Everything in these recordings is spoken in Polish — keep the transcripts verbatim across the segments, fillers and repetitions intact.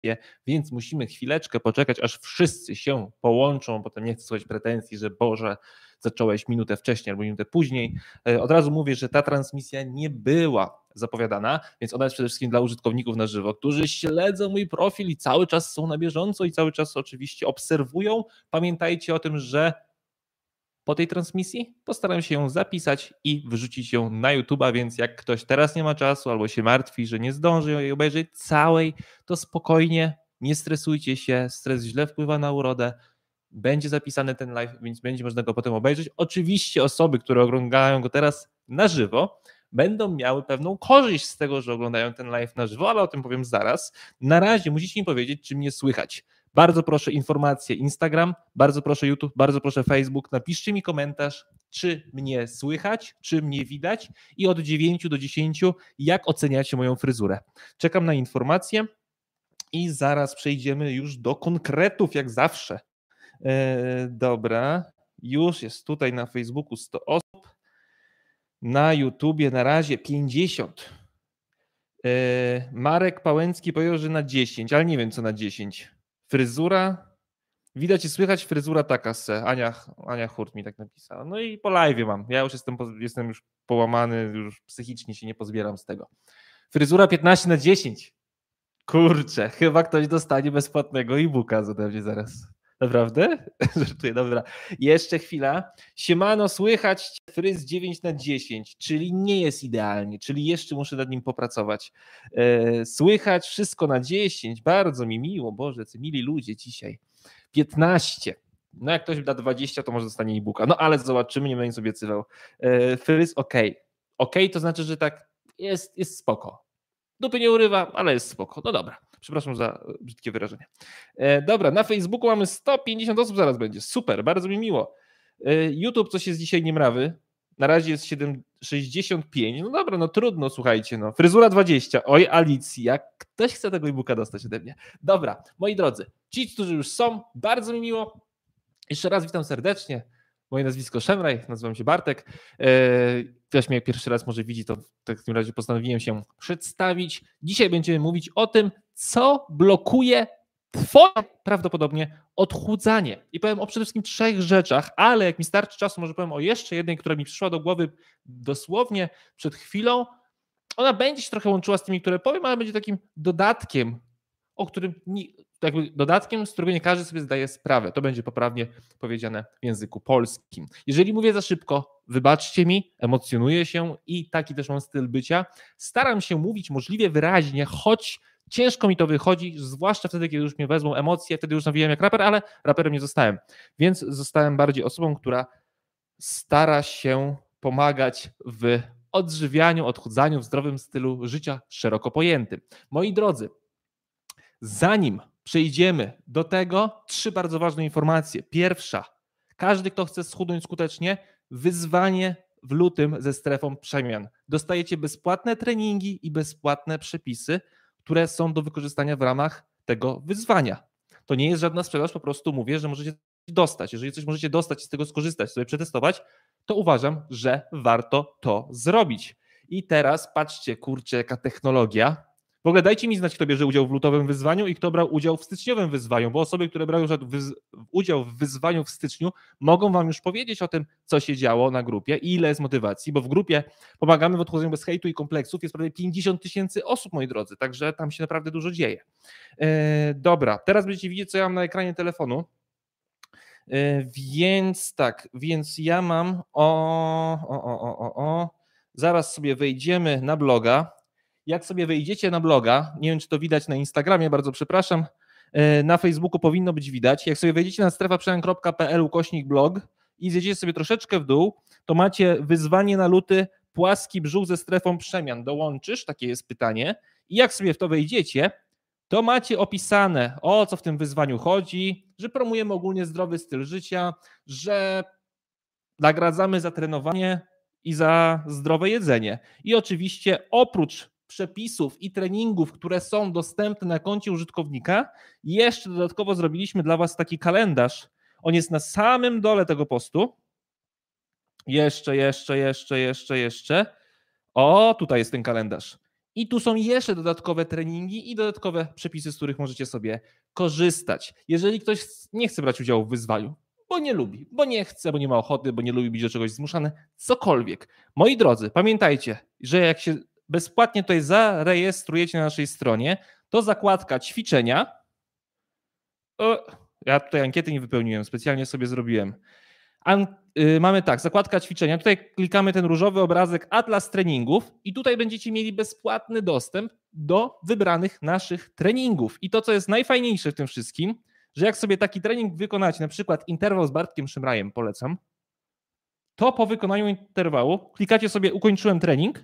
więc musimy chwileczkę poczekać, aż wszyscy się połączą, potem nie chcę słuchać pretensji, że Boże, zacząłeś minutę wcześniej albo minutę później. Od razu mówię, że ta transmisja nie była zapowiadana, więc ona jest przede wszystkim dla użytkowników na żywo, którzy śledzą mój profil i cały czas są na bieżąco i cały czas oczywiście obserwują. Pamiętajcie o tym, że po tej transmisji postaram się ją zapisać i wrzucić ją na YouTube'a, więc jak ktoś teraz nie ma czasu albo się martwi, że nie zdąży jej obejrzeć całej, to spokojnie, nie stresujcie się, stres źle wpływa na urodę, będzie zapisany ten live, więc będzie można go potem obejrzeć. Oczywiście osoby, które oglądają go teraz na żywo, będą miały pewną korzyść z tego, że oglądają ten live na żywo, ale o tym powiem zaraz. Na razie musicie mi powiedzieć, czy mnie słychać. Bardzo proszę informacje Instagram, bardzo proszę YouTube, bardzo proszę Facebook, napiszcie mi komentarz, czy mnie słychać, czy mnie widać i od dziewięciu do dziesięciu jak oceniacie moją fryzurę. Czekam na informacje i zaraz przejdziemy już do konkretów jak zawsze. Eee, dobra, już jest tutaj na Facebooku sto osób, na YouTubie na razie pięćdziesiąt. Eee, Marek Pałęcki powiedział, że na dziesięć, ale nie wiem co na dziesięć. Fryzura, widać i słychać, fryzura taka se, Ania, Ania Hurt mi tak napisała. No i po live'ie mam, ja już jestem, jestem już połamany, już psychicznie się nie pozbieram z tego. Fryzura piętnaście na dziesięć. Kurczę, chyba ktoś dostanie bezpłatnego e-booka ode mnie zaraz. Naprawdę? Żartuję, dobra. Jeszcze chwila. Siemano, słychać fryz dziewięć na dziesięć, czyli nie jest idealnie, czyli jeszcze muszę nad nim popracować. Słychać wszystko na dziesięć, bardzo mi miło, Boże, co mili ludzie dzisiaj. piętnaście. No jak ktoś da dwadzieścia, to może dostanie e-booka. No ale zobaczymy, nie będę sobie obiecywał. Fryz ok. Ok to znaczy, że tak jest, jest spoko. Dupy nie urywa, ale jest spoko. No dobra, przepraszam za brzydkie wyrażenie. E, dobra, na Facebooku mamy sto pięćdziesiąt osób, zaraz będzie. Super, bardzo mi miło. E, YouTube coś jest dzisiaj niemrawy. Na razie jest sześćdziesiąt pięć. No dobra, no trudno, słuchajcie. No. Fryzura dwadzieścia. Oj, Alicja, ktoś chce tego e-booka dostać ode mnie. Dobra, moi drodzy, ci, którzy już są, bardzo mi miło. Jeszcze raz witam serdecznie. Moje nazwisko Szemraj, nazywam się Bartek. Ktoś mnie pierwszy raz może widzi, to w takim razie postanowiłem się przedstawić. Dzisiaj będziemy mówić o tym, co blokuje twoje prawdopodobnie odchudzanie. I powiem o przede wszystkim trzech rzeczach, ale jak mi starczy czasu, może powiem o jeszcze jednej, która mi przyszła do głowy dosłownie przed chwilą. Ona będzie się trochę łączyła z tymi, które powiem, ale będzie takim dodatkiem, o którym nie, jakby dodatkiem, z którego nie każdy sobie zdaje sprawę. To będzie poprawnie powiedziane w języku polskim. Jeżeli mówię za szybko, wybaczcie mi, emocjonuję się i taki też mam styl bycia. Staram się mówić możliwie wyraźnie, choć ciężko mi to wychodzi, zwłaszcza wtedy, kiedy już mnie wezmą emocje, wtedy już nawijałem jak raper, ale raperem nie zostałem. Więc zostałem bardziej osobą, która stara się pomagać w odżywianiu, odchudzaniu, w zdrowym stylu życia szeroko pojętym. Moi drodzy, zanim przejdziemy do tego, trzy bardzo ważne informacje. Pierwsza, każdy, kto chce schudnąć skutecznie, wyzwanie w lutym ze strefą przemian. Dostajecie bezpłatne treningi i bezpłatne przepisy, które są do wykorzystania w ramach tego wyzwania. To nie jest żadna sprzedaż, po prostu mówię, że możecie dostać. Jeżeli coś możecie dostać, z tego skorzystać, sobie przetestować, to uważam, że warto to zrobić. I teraz patrzcie, kurczę, jaka technologia. W ogóle dajcie mi znać, kto bierze udział w lutowym wyzwaniu i kto brał udział w styczniowym wyzwaniu, bo osoby, które brały udział w wyzwaniu w styczniu, mogą wam już powiedzieć o tym, co się działo na grupie i ile jest motywacji, bo w grupie Pomagamy w odchudzaniu bez hejtu i kompleksów jest prawie pięćdziesiąt tysięcy osób, moi drodzy, także tam się naprawdę dużo dzieje. E, dobra, teraz będziecie widzieć, co ja mam na ekranie telefonu. E, więc tak, więc ja mam o, o, o, o, o, o. Zaraz sobie wejdziemy na bloga. Jak sobie wejdziecie na bloga, nie wiem, czy to widać na Instagramie, bardzo przepraszam, na Facebooku powinno być widać. Jak sobie wejdziecie na strefa przemian kropka p l ukośnik blog i zjedziecie sobie troszeczkę w dół, to macie wyzwanie na luty płaski brzuch ze strefą przemian. Dołączysz? Takie jest pytanie. I jak sobie w to wejdziecie, to macie opisane, o co w tym wyzwaniu chodzi, że promujemy ogólnie zdrowy styl życia, że nagradzamy za trenowanie i za zdrowe jedzenie. I oczywiście oprócz przepisów i treningów, które są dostępne na koncie użytkownika, jeszcze dodatkowo zrobiliśmy dla was taki kalendarz. On jest na samym dole tego postu. Jeszcze, jeszcze, jeszcze, jeszcze, jeszcze. O, tutaj jest ten kalendarz. I tu są jeszcze dodatkowe treningi i dodatkowe przepisy, z których możecie sobie korzystać. Jeżeli ktoś nie chce brać udziału w wyzwaniu, bo nie lubi, bo nie chce, bo nie ma ochoty, bo nie lubi być do czegoś zmuszany, cokolwiek. Moi drodzy, pamiętajcie, że jak się bezpłatnie tutaj zarejestrujecie na naszej stronie, to zakładka ćwiczenia. O, ja tutaj ankiety nie wypełniłem, specjalnie sobie zrobiłem. An, y, mamy tak, zakładka ćwiczenia. Tutaj klikamy ten różowy obrazek Atlas treningów i tutaj będziecie mieli bezpłatny dostęp do wybranych naszych treningów. I to, co jest najfajniejsze w tym wszystkim, że jak sobie taki trening wykonacie, na przykład interwał z Bartkiem Szymrajem, polecam, to po wykonaniu interwału klikacie sobie ukończyłem trening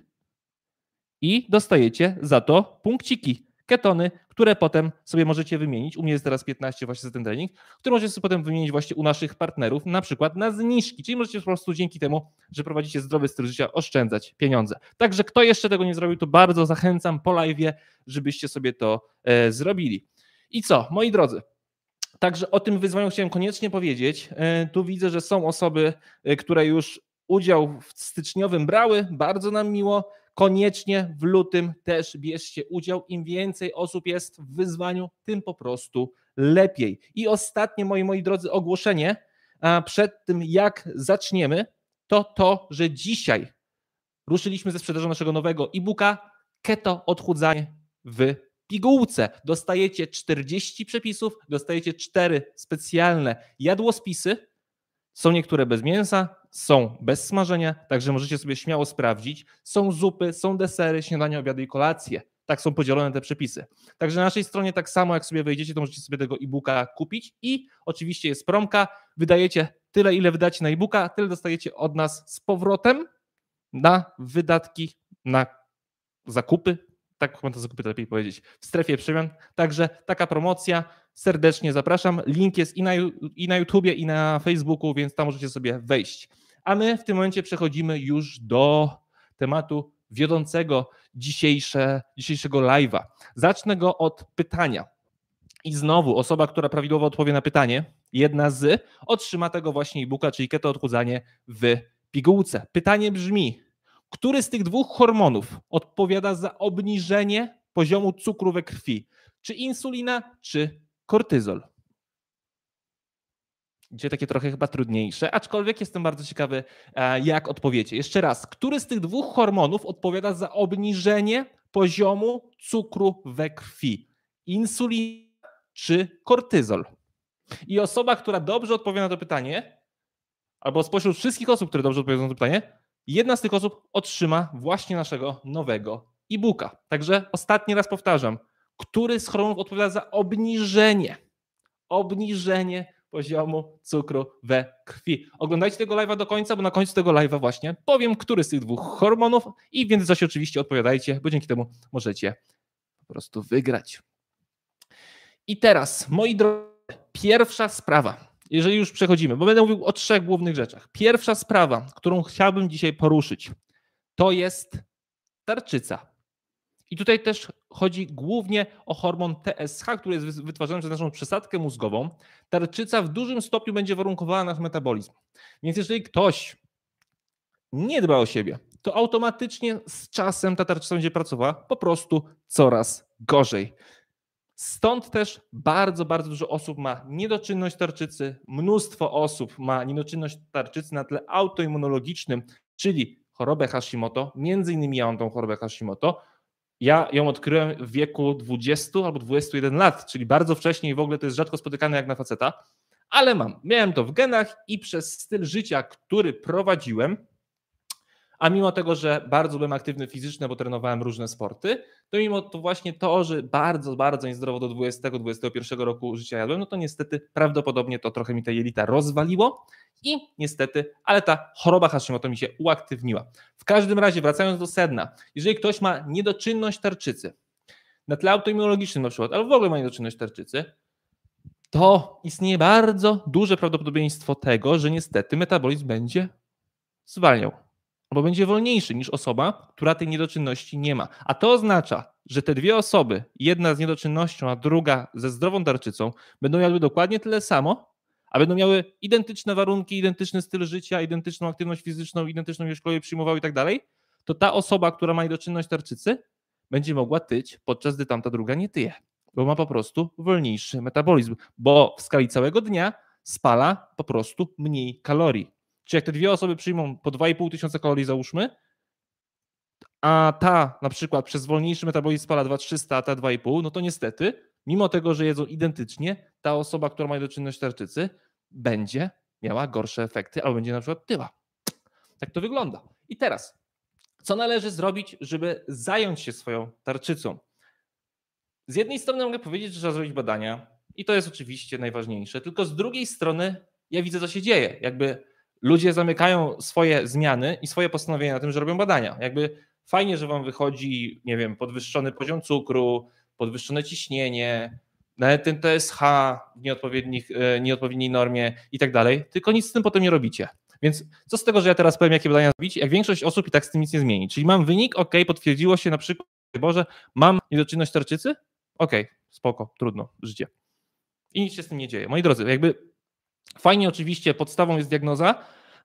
i dostajecie za to punkciki, ketony, które potem sobie możecie wymienić. U mnie jest teraz piętnaście właśnie za ten trening, który możecie sobie potem wymienić właśnie u naszych partnerów, na przykład na zniżki, czyli możecie po prostu dzięki temu, że prowadzicie zdrowy styl życia, oszczędzać pieniądze. Także kto jeszcze tego nie zrobił, to bardzo zachęcam po live'ie, żebyście sobie to e, zrobili. I co, moi drodzy, także o tym wyzwaniu chciałem koniecznie powiedzieć. E, tu widzę, że są osoby, e, które już udział w styczniowym brały, bardzo nam miło. Koniecznie w lutym też bierzcie udział. Im więcej osób jest w wyzwaniu, tym po prostu lepiej. I ostatnie, moi, moi drodzy, ogłoszenie przed tym, jak zaczniemy, to to, że dzisiaj ruszyliśmy ze sprzedażą naszego nowego e-booka Keto Odchudzanie w pigułce. Dostajecie czterdzieści przepisów, dostajecie cztery specjalne jadłospisy. Są niektóre bez mięsa, są bez smażenia, także możecie sobie śmiało sprawdzić. Są zupy, są desery, śniadania, obiady i kolacje. Tak są podzielone te przepisy. Także na naszej stronie tak samo jak sobie wejdziecie, to możecie sobie tego e-booka kupić i oczywiście jest promka. Wydajecie tyle, ile wydacie na e-booka, tyle dostajecie od nas z powrotem na wydatki, na zakupy. Tak chyba to zakupy to lepiej powiedzieć, w strefie przemian. Także taka promocja. Serdecznie zapraszam. Link jest i na, i na YouTubie, i na Facebooku, więc tam możecie sobie wejść. A my w tym momencie przechodzimy już do tematu wiodącego dzisiejsze, dzisiejszego live'a. Zacznę go od pytania. I znowu osoba, która prawidłowo odpowie na pytanie, jedna z, otrzyma tego właśnie e-booka, czyli Keto Odchudzanie w pigułce. Pytanie brzmi, który z tych dwóch hormonów odpowiada za obniżenie poziomu cukru we krwi? Czy insulina, czy kortyzol? Gdzie takie trochę chyba trudniejsze, aczkolwiek jestem bardzo ciekawy, jak odpowiecie. Jeszcze raz, który z tych dwóch hormonów odpowiada za obniżenie poziomu cukru we krwi? Insulina czy kortyzol? I osoba, która dobrze odpowie na to pytanie, albo spośród wszystkich osób, które dobrze odpowiedzą na to pytanie, jedna z tych osób otrzyma właśnie naszego nowego e-booka. Także ostatni raz powtarzam, który z hormonów odpowiada za obniżenie, obniżenie poziomu cukru we krwi. Oglądajcie tego live'a do końca, bo na końcu tego live'a właśnie powiem, który z tych dwóch hormonów i w międzyczasie oczywiście odpowiadajcie, bo dzięki temu możecie po prostu wygrać. I teraz, moi drodzy, pierwsza sprawa. Jeżeli już przechodzimy, bo będę mówił o trzech głównych rzeczach. Pierwsza sprawa, którą chciałbym dzisiaj poruszyć, to jest tarczyca. I tutaj też chodzi głównie o hormon T S H, który jest wytwarzany przez naszą przesadkę mózgową. Tarczyca w dużym stopniu będzie warunkowała nasz metabolizm. Więc jeżeli ktoś nie dba o siebie, to automatycznie z czasem ta tarczyca będzie pracowała po prostu coraz gorzej. Stąd też bardzo, bardzo dużo osób ma niedoczynność tarczycy, mnóstwo osób ma niedoczynność tarczycy na tle autoimmunologicznym, czyli chorobę Hashimoto, między innymi ja mam tą chorobę Hashimoto. Ja ją odkryłem w wieku dwudziestu albo dwudziestu jeden lat, czyli bardzo wcześnie i w ogóle to jest rzadko spotykane jak na faceta, ale mam. Miałem to w genach i przez styl życia, który prowadziłem, a mimo tego, że bardzo byłem aktywny fizycznie, bo trenowałem różne sporty, to mimo to właśnie to, że bardzo, bardzo niezdrowo do dwudziestego, dwudziestego pierwszego roku życia jadłem, no to niestety prawdopodobnie to trochę mi te jelita rozwaliło i niestety, ale ta choroba Hashimoto mi się uaktywniła. W każdym razie, wracając do sedna, jeżeli ktoś ma niedoczynność tarczycy, na tle autoimmunologicznym na przykład, albo w ogóle ma niedoczynność tarczycy, to istnieje bardzo duże prawdopodobieństwo tego, że niestety metabolizm będzie zwalniał. Albo będzie wolniejszy niż osoba, która tej niedoczynności nie ma. A to oznacza, że te dwie osoby, jedna z niedoczynnością, a druga ze zdrową tarczycą, będą jadły dokładnie tyle samo, a będą miały identyczne warunki, identyczny styl życia, identyczną aktywność fizyczną, identyczną ilość kalorii przyjmowały i tak dalej, to ta osoba, która ma niedoczynność tarczycy, będzie mogła tyć, podczas gdy tamta druga nie tyje, bo ma po prostu wolniejszy metabolizm, bo w skali całego dnia spala po prostu mniej kalorii. Czyli jak te dwie osoby przyjmą po dwa i pół tysiąca kalorii załóżmy, a ta na przykład przez wolniejszy metabolizm spala dwa tysiące trzysta, a ta dwa i pół, no to niestety, mimo tego, że jedzą identycznie, ta osoba, która ma niedoczynność tarczycy, będzie miała gorsze efekty, albo będzie na przykład tyła. Tak to wygląda. I teraz, co należy zrobić, żeby zająć się swoją tarczycą? Z jednej strony mogę powiedzieć, że trzeba zrobić badania i to jest oczywiście najważniejsze, tylko z drugiej strony ja widzę, co się dzieje. Jakby ludzie zamykają swoje zmiany i swoje postanowienia na tym, że robią badania. Jakby fajnie, że wam wychodzi, nie wiem, podwyższony poziom cukru, podwyższone ciśnienie, nawet ten T S H w nieodpowiednich, nieodpowiedniej normie i tak dalej, tylko nic z tym potem nie robicie. Więc co z tego, że ja teraz powiem, jakie badania zrobić, jak większość osób i tak z tym nic nie zmieni. Czyli mam wynik, ok, potwierdziło się na przykład, Boże, mam niedoczynność tarczycy, okej, okay, spoko, trudno, życie. I nic się z tym nie dzieje. Moi drodzy, jakby fajnie oczywiście, podstawą jest diagnoza,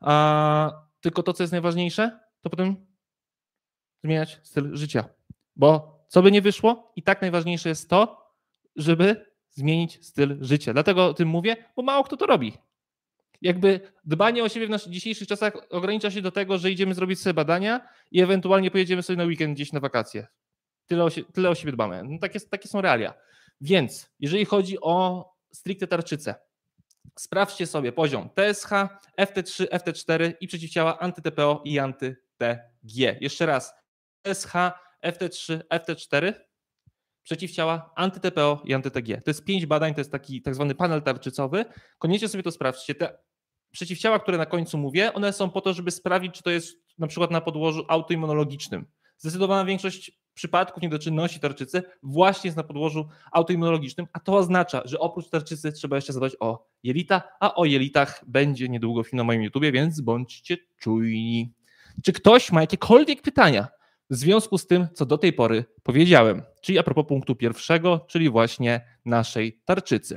a tylko to, co jest najważniejsze, to potem zmieniać styl życia. Bo co by nie wyszło, i tak najważniejsze jest to, żeby zmienić styl życia. Dlatego o tym mówię, bo mało kto to robi. Jakby dbanie o siebie w naszych dzisiejszych czasach ogranicza się do tego, że idziemy zrobić sobie badania i ewentualnie pojedziemy sobie na weekend gdzieś na wakacje. Tyle o, sie- tyle o siebie dbamy. No takie, takie są realia. Więc jeżeli chodzi o stricte tarczycę, sprawdźcie sobie poziom T S H, F T trzy, F T cztery i przeciwciała anty-T P O i anty-T G. Jeszcze raz, T S H, F T trzy, F T cztery, przeciwciała anty-T P O i anty-T G. To jest pięć badań, to jest taki tak zwany panel tarczycowy. Koniecznie sobie to sprawdźcie. Te przeciwciała, które na końcu mówię, one są po to, żeby sprawdzić, czy to jest na przykład na podłożu autoimmunologicznym. Zdecydowana większość przypadków niedoczynności tarczycy właśnie jest na podłożu autoimmunologicznym, a to oznacza, że oprócz tarczycy trzeba jeszcze zadbać o jelita, a o jelitach będzie niedługo film na moim YouTubie, więc bądźcie czujni. Czy ktoś ma jakiekolwiek pytania w związku z tym, co do tej pory powiedziałem, czyli a propos punktu pierwszego, czyli właśnie naszej tarczycy?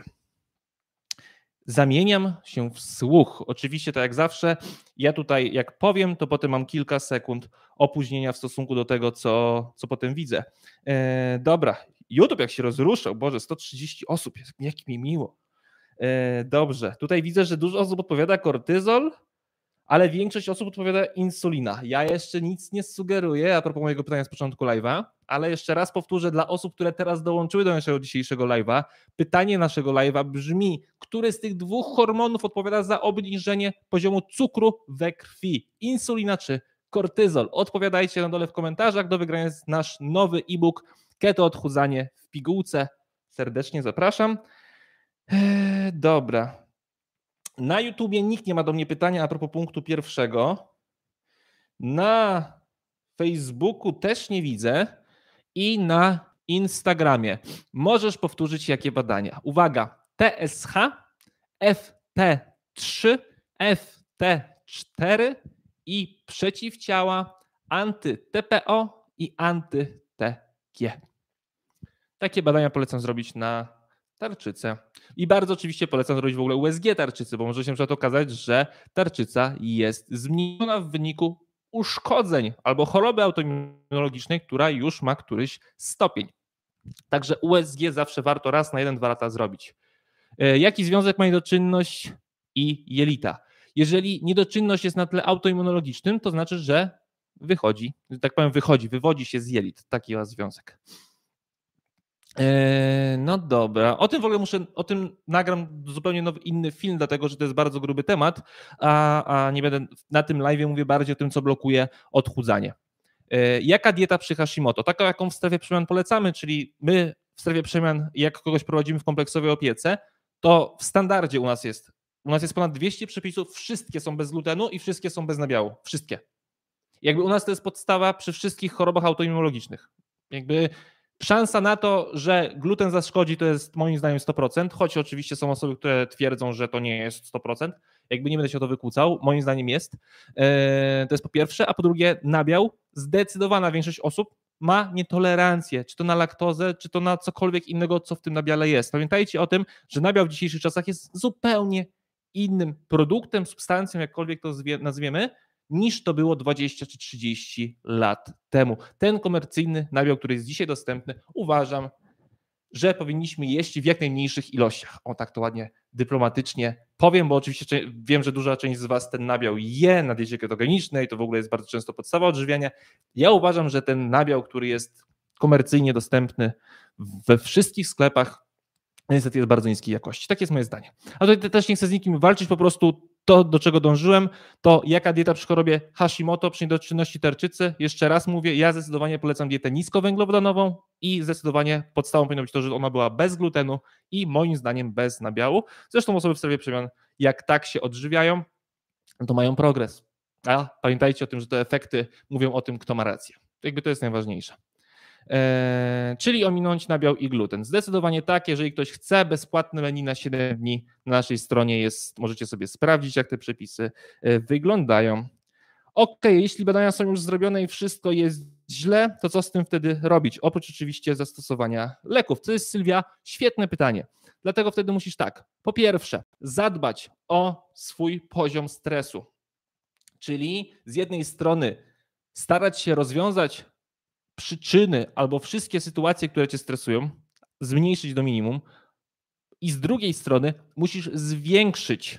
Zamieniam się w słuch. Oczywiście, tak jak zawsze, ja tutaj jak powiem, to potem mam kilka sekund opóźnienia w stosunku do tego, co, co potem widzę. E, dobra, YouTube jak się rozruszał, Boże, sto trzydzieści osób, jak mi miło. E, dobrze, tutaj widzę, że dużo osób odpowiada kortyzol, ale większość osób odpowiada insulina. Ja jeszcze nic nie sugeruję a propos mojego pytania z początku live'a, ale jeszcze raz powtórzę dla osób, które teraz dołączyły do naszego dzisiejszego live'a. Pytanie naszego live'a brzmi, który z tych dwóch hormonów odpowiada za obniżenie poziomu cukru we krwi? Insulina czy kortyzol? Odpowiadajcie na dole w komentarzach. Do wygrania jest nasz nowy e-book Keto Odchudzanie w pigułce. Serdecznie zapraszam. Eee, dobra. Na YouTubie nikt nie ma do mnie pytania a propos punktu pierwszego. Na Facebooku też nie widzę i na Instagramie. Możesz powtórzyć jakie badania. Uwaga, T S H, F T trzy, F T cztery i przeciwciała anty-T P O i anty-T G. Takie badania polecam zrobić na tarczycę. I bardzo oczywiście polecam zrobić w ogóle U S G tarczycy, bo może się na przykład okazać, że tarczyca jest zmniejszona w wyniku uszkodzeń albo choroby autoimmunologicznej, która już ma któryś stopień. Także U S G zawsze warto raz na jeden, dwa lata zrobić. Jaki związek ma niedoczynność i jelita? Jeżeli niedoczynność jest na tle autoimmunologicznym, to znaczy, że wychodzi, że tak powiem wychodzi, wywodzi się z jelit. Taki ma związek. No dobra, o tym w ogóle muszę, o tym nagram zupełnie nowy, inny film, dlatego że to jest bardzo gruby temat, a, a nie będę na tym live mówię bardziej o tym, co blokuje odchudzanie. Jaka dieta przy Hashimoto? Taka, jaką w strefie przemian polecamy, czyli my w strefie przemian, jak kogoś prowadzimy w kompleksowej opiece, to w standardzie u nas jest, u nas jest ponad dwieście przepisów, wszystkie są bez glutenu i wszystkie są bez nabiału, wszystkie. Jakby u nas to jest podstawa przy wszystkich chorobach autoimmunologicznych. Jakby szansa na to, że gluten zaszkodzi, to jest moim zdaniem sto procent, choć oczywiście są osoby, które twierdzą, że to nie jest sto procent. Jakby nie będę się o to wykłócał, moim zdaniem jest. To jest po pierwsze, a po drugie nabiał. Zdecydowana większość osób ma nietolerancję, czy to na laktozę, czy to na cokolwiek innego, co w tym nabiale jest. Pamiętajcie o tym, że nabiał w dzisiejszych czasach jest zupełnie innym produktem, substancją, jakkolwiek to nazwiemy, niż to było dwadzieścia czy trzydzieści lat temu. Ten komercyjny nabiał, który jest dzisiaj dostępny, uważam, że powinniśmy jeść w jak najmniejszych ilościach. O, tak to ładnie dyplomatycznie powiem, bo oczywiście wiem, że duża część z Was ten nabiał je na diecie ketogenicznej, to w ogóle jest bardzo często podstawa odżywiania. Ja uważam, że ten nabiał, który jest komercyjnie dostępny we wszystkich sklepach, niestety jest bardzo niskiej jakości. Tak jest moje zdanie. A tutaj też nie chcę z nikim walczyć, po prostu to, do czego dążyłem, to jaka dieta przy chorobie Hashimoto, przy niedoczynności tarczycy. Jeszcze raz mówię, ja zdecydowanie polecam dietę niskowęglowodanową i zdecydowanie podstawą powinno być to, że ona była bez glutenu i moim zdaniem bez nabiału. Zresztą osoby w strefie przemian, jak tak się odżywiają, to mają progres. A pamiętajcie o tym, że te efekty mówią o tym, kto ma rację. Jakby to jest najważniejsze. Eee, czyli ominąć nabiał i gluten. Zdecydowanie tak, jeżeli ktoś chce, bezpłatne menu na siedem dni na naszej stronie jest, możecie sobie sprawdzić, jak te przepisy e, wyglądają. Ok, jeśli badania są już zrobione i wszystko jest źle, to co z tym wtedy robić? Oprócz oczywiście zastosowania leków. To jest, Sylwia, świetne pytanie. Dlatego wtedy musisz tak, po pierwsze, zadbać o swój poziom stresu, czyli z jednej strony starać się rozwiązać przyczyny albo wszystkie sytuacje, które cię stresują, zmniejszyć do minimum i z drugiej strony musisz zwiększyć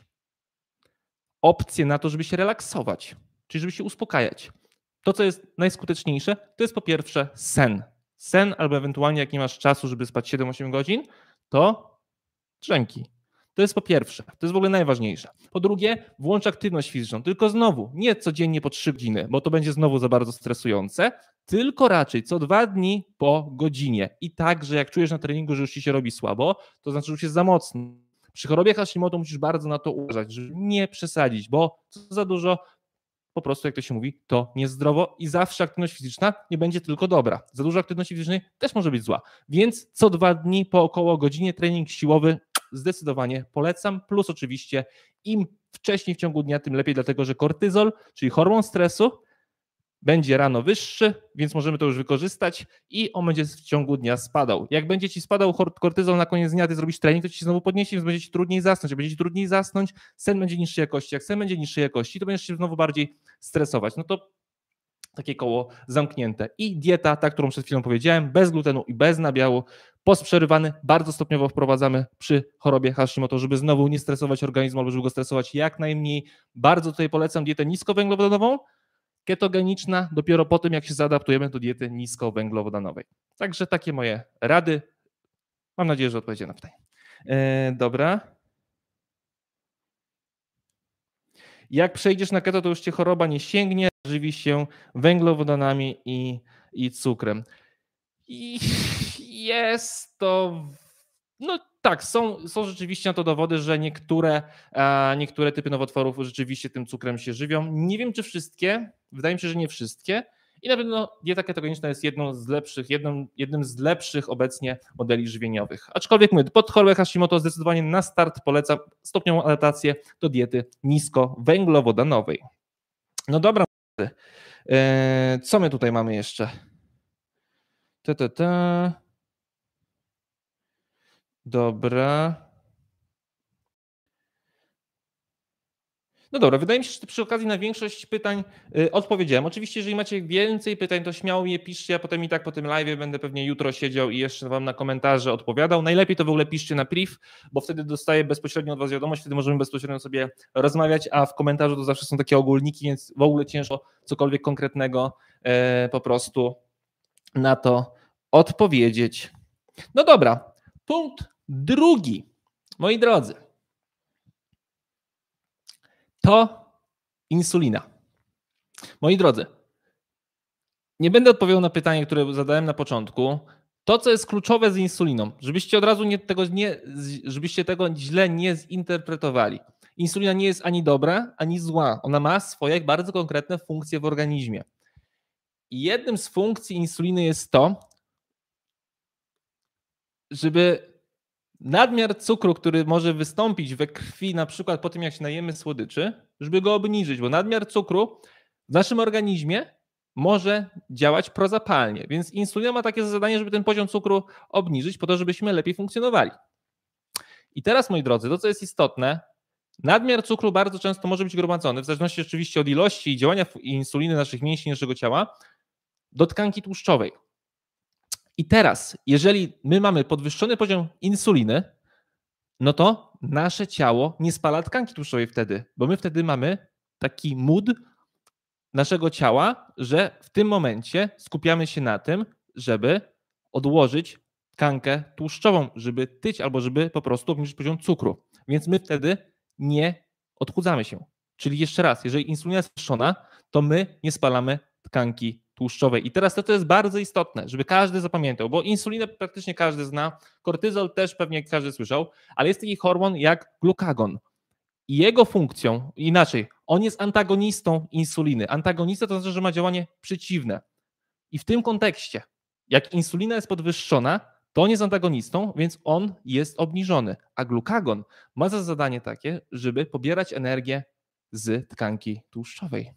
opcje na to, żeby się relaksować, czyli żeby się uspokajać. To, co jest najskuteczniejsze, to jest po pierwsze sen. Sen albo ewentualnie jak nie masz czasu, żeby spać siedem osiem godzin, to drzemki. To jest po pierwsze, to jest w ogóle najważniejsze. Po drugie, włącz aktywność fizyczną, tylko znowu, nie codziennie po trzy godziny, bo to będzie znowu za bardzo stresujące, tylko raczej co dwa dni po godzinie. I tak, że jak czujesz na treningu, że już ci się robi słabo, to znaczy, że już jest za mocno. Przy chorobie Hashimoto musisz bardzo na to uważać, żeby nie przesadzić, bo co za dużo, po prostu jak to się mówi, to niezdrowo i zawsze aktywność fizyczna nie będzie tylko dobra. Za dużo aktywności fizycznej też może być zła. Więc co dwa dni po około godzinie trening siłowy zdecydowanie polecam, plus oczywiście im wcześniej w ciągu dnia, tym lepiej, dlatego że kortyzol, czyli hormon stresu, będzie rano wyższy, więc możemy to już wykorzystać i on będzie w ciągu dnia spadał. Jak będzie ci spadał kortyzol na koniec dnia, ty zrobisz trening, to ci się znowu podniesie, więc będzie ci trudniej zasnąć. Jak będzie ci trudniej zasnąć, sen będzie niższej jakości. Jak sen będzie niższej jakości, to będziesz się znowu bardziej stresować. No to takie koło zamknięte. I dieta, ta, którą przed chwilą powiedziałem, bez glutenu i bez nabiału, postprzerywany, bardzo stopniowo wprowadzamy przy chorobie Hashimoto, żeby znowu nie stresować organizmu, albo żeby go stresować jak najmniej. Bardzo tutaj polecam dietę niskowęglowodanową, ketogeniczna dopiero po tym, jak się zaadaptujemy do diety niskowęglowodanowej. Także takie moje rady. Mam nadzieję, że odpowiedziałem na pytanie. E, dobra. Jak przejdziesz na keto, to już cię choroba nie sięgnie, żywi się węglowodanami i, i cukrem. I jest to... No tak, są, są rzeczywiście na to dowody, że niektóre, niektóre typy nowotworów rzeczywiście tym cukrem się żywią. Nie wiem, czy wszystkie, wydaje mi się, że nie wszystkie. I na pewno dieta ketogeniczna jest jedną z lepszych, jedną, jednym z lepszych obecnie modeli żywieniowych. Aczkolwiek mówię, pod chorobę Hashimoto zdecydowanie na start polecam stopniową adaptację do diety niskowęglowodanowej. No dobra, co my tutaj mamy jeszcze? Ta, ta, ta. Dobra. No dobra, wydaje mi się, że przy okazji na większość pytań y, odpowiedziałem. Oczywiście, jeżeli macie więcej pytań, to śmiało je piszcie, ja potem i tak po tym live będę pewnie jutro siedział i jeszcze wam na komentarze odpowiadał. Najlepiej to w ogóle piszcie na priv, bo wtedy dostaję bezpośrednio od was wiadomość, wtedy możemy bezpośrednio sobie rozmawiać, a w komentarzu to zawsze są takie ogólniki, więc w ogóle ciężko cokolwiek konkretnego y, po prostu na to odpowiedzieć. No dobra, punkt drugi, moi drodzy. To insulina. Moi drodzy, nie będę odpowiadał na pytanie, które zadałem na początku. To, co jest kluczowe z insuliną, żebyście od razu nie, tego, nie, żebyście tego źle nie zinterpretowali. Insulina nie jest ani dobra, ani zła. Ona ma swoje bardzo konkretne funkcje w organizmie. I jednym z funkcji insuliny jest to, żeby nadmiar cukru, który może wystąpić we krwi na przykład po tym, jak się najemy słodyczy, żeby go obniżyć, bo nadmiar cukru w naszym organizmie może działać prozapalnie, więc insulina ma takie zadanie, żeby ten poziom cukru obniżyć po to, żebyśmy lepiej funkcjonowali. I teraz, moi drodzy, to co jest istotne, Nadmiar cukru bardzo często może być gromadzony, w zależności oczywiście od ilości i działania insuliny naszych mięśni naszego ciała, do tkanki tłuszczowej. I teraz, jeżeli my mamy podwyższony poziom insuliny, no to nasze ciało nie spala tkanki tłuszczowej wtedy, bo my wtedy mamy taki mood naszego ciała, że w tym momencie skupiamy się na tym, żeby odłożyć tkankę tłuszczową, żeby tyć albo żeby po prostu obniżyć poziom cukru. Więc my wtedy nie odchudzamy się. Czyli jeszcze raz, jeżeli insulina jest podwyższona, to my nie spalamy tkanki tłuszczowej. I teraz to, to jest bardzo istotne, żeby każdy zapamiętał, bo insulinę praktycznie każdy zna, kortyzol też pewnie każdy słyszał, ale jest taki hormon jak glukagon. I jego funkcją, inaczej, on jest antagonistą insuliny. Antagonista to znaczy, że ma działanie przeciwne. I w tym kontekście, jak insulina jest podwyższona, to on jest antagonistą, więc on jest obniżony. A glukagon ma za zadanie takie, żeby pobierać energię z tkanki tłuszczowej.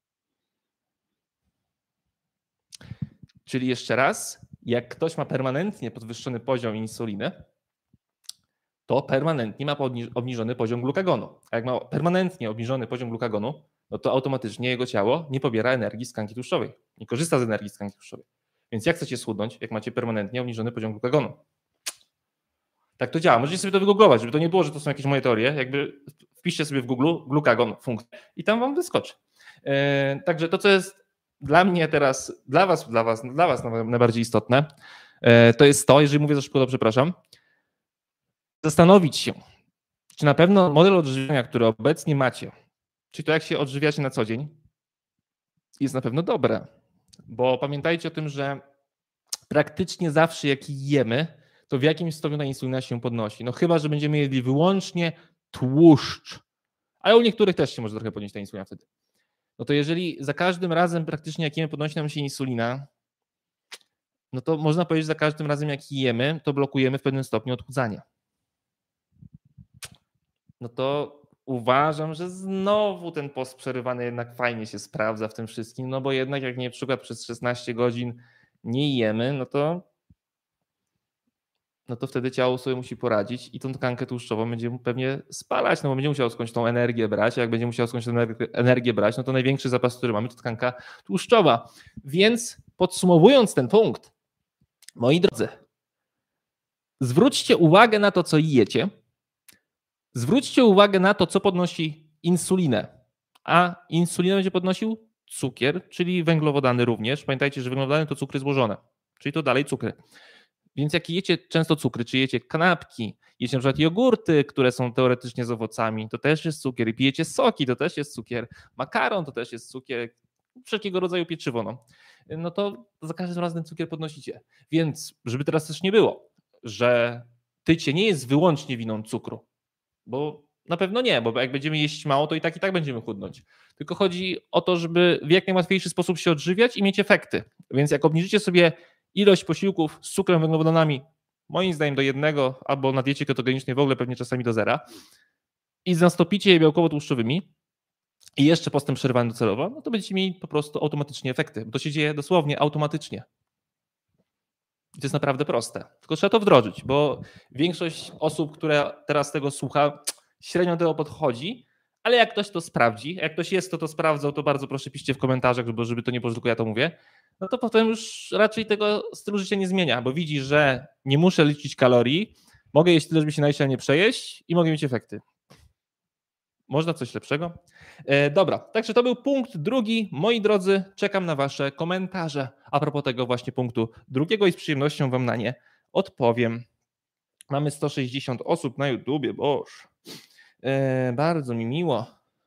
Czyli jeszcze raz, jak ktoś ma permanentnie podwyższony poziom insuliny, to permanentnie ma obniżony poziom glukagonu. A jak ma permanentnie obniżony poziom glukagonu, no to automatycznie jego ciało nie pobiera energii z tkanki tłuszczowej, nie korzysta z energii z tkanki tłuszczowej. Więc jak chcecie schudnąć, jak macie permanentnie obniżony poziom glukagonu? Tak to działa. Możecie sobie to wygooglować, żeby to nie było, że to są jakieś moje teorie. Jakby wpiszcie sobie w Google glukagon funkcję i tam wam wyskoczy. Yy, także to, co jest dla mnie teraz, dla was, dla was, dla was najbardziej istotne, yy, to jest to, jeżeli mówię za szybko, to przepraszam, zastanowić się, czy na pewno model odżywiania, który obecnie macie, czy to jak się odżywiacie na co dzień, jest na pewno dobre. Bo pamiętajcie o tym, że praktycznie zawsze jak jemy, to w jakimś stopniu ta insulina się podnosi. No chyba, że będziemy jedli wyłącznie tłuszcz, ale u niektórych też się może trochę podnieść ta insulina wtedy. No to jeżeli za każdym razem praktycznie jak jemy podnosi nam się insulina, no to można powiedzieć, że za każdym razem jak jemy, to blokujemy w pewnym stopniu odchudzanie. No to uważam, że znowu ten post przerywany jednak fajnie się sprawdza w tym wszystkim, no bo jednak jak nie na przykład przez szesnaście godzin nie jemy, no to no to wtedy ciało sobie musi poradzić i tą tkankę tłuszczową będzie pewnie spalać, no bo będzie musiało skądś tą energię brać, a jak będzie musiało skądś tą energię brać, no to największy zapas, który mamy, to tkanka tłuszczowa. Więc podsumowując ten punkt, moi drodzy, zwróćcie uwagę na to, co jecie, zwróćcie uwagę na to, co podnosi insulinę, a insulinę będzie podnosił cukier, czyli węglowodany również. Pamiętajcie, że węglowodany to cukry złożone, czyli to dalej cukry. Więc jak jecie często cukry, czy jecie kanapki, jecie na przykład jogurty, które są teoretycznie z owocami, to też jest cukier. I pijecie soki, to też jest cukier. Makaron to też jest cukier. Wszelkiego rodzaju pieczywo. No, no to za każdym razem cukier podnosicie. Więc żeby teraz też nie było, że tycie nie jest wyłącznie winą cukru, bo na pewno nie, bo jak będziemy jeść mało, to i tak i tak będziemy chudnąć. Tylko chodzi o to, żeby w jak najłatwiejszy sposób się odżywiać i mieć efekty. Więc jak obniżycie sobie ilość posiłków z cukrem, węglowodanami, moim zdaniem do jednego, albo na diecie ketogenicznej w ogóle pewnie czasami do zera, i zastąpicie je białkowo-tłuszczowymi i jeszcze postem przerywany docelowo, no to będziecie mieli po prostu automatycznie efekty, bo to się dzieje dosłownie automatycznie. I to jest naprawdę proste. Tylko trzeba to wdrożyć, bo większość osób, które teraz tego słucha, średnio do tego podchodzi, ale jak ktoś to sprawdzi, jak ktoś jest, to to sprawdzał, to bardzo proszę piszcie w komentarzach, żeby, żeby to nie było, że tylko ja to mówię, no to potem już raczej tego stylu życia nie zmienia, bo widzi, że nie muszę liczyć kalorii, mogę jeść tyle, żeby się najeść, a nie przejeść i mogę mieć efekty. Można coś lepszego? E, dobra, także to był punkt drugi. Moi drodzy, czekam na wasze komentarze a propos tego właśnie punktu drugiego i z przyjemnością wam na nie odpowiem. Mamy sto sześćdziesiąt osób na YouTubie, boż. E, bardzo mi miło.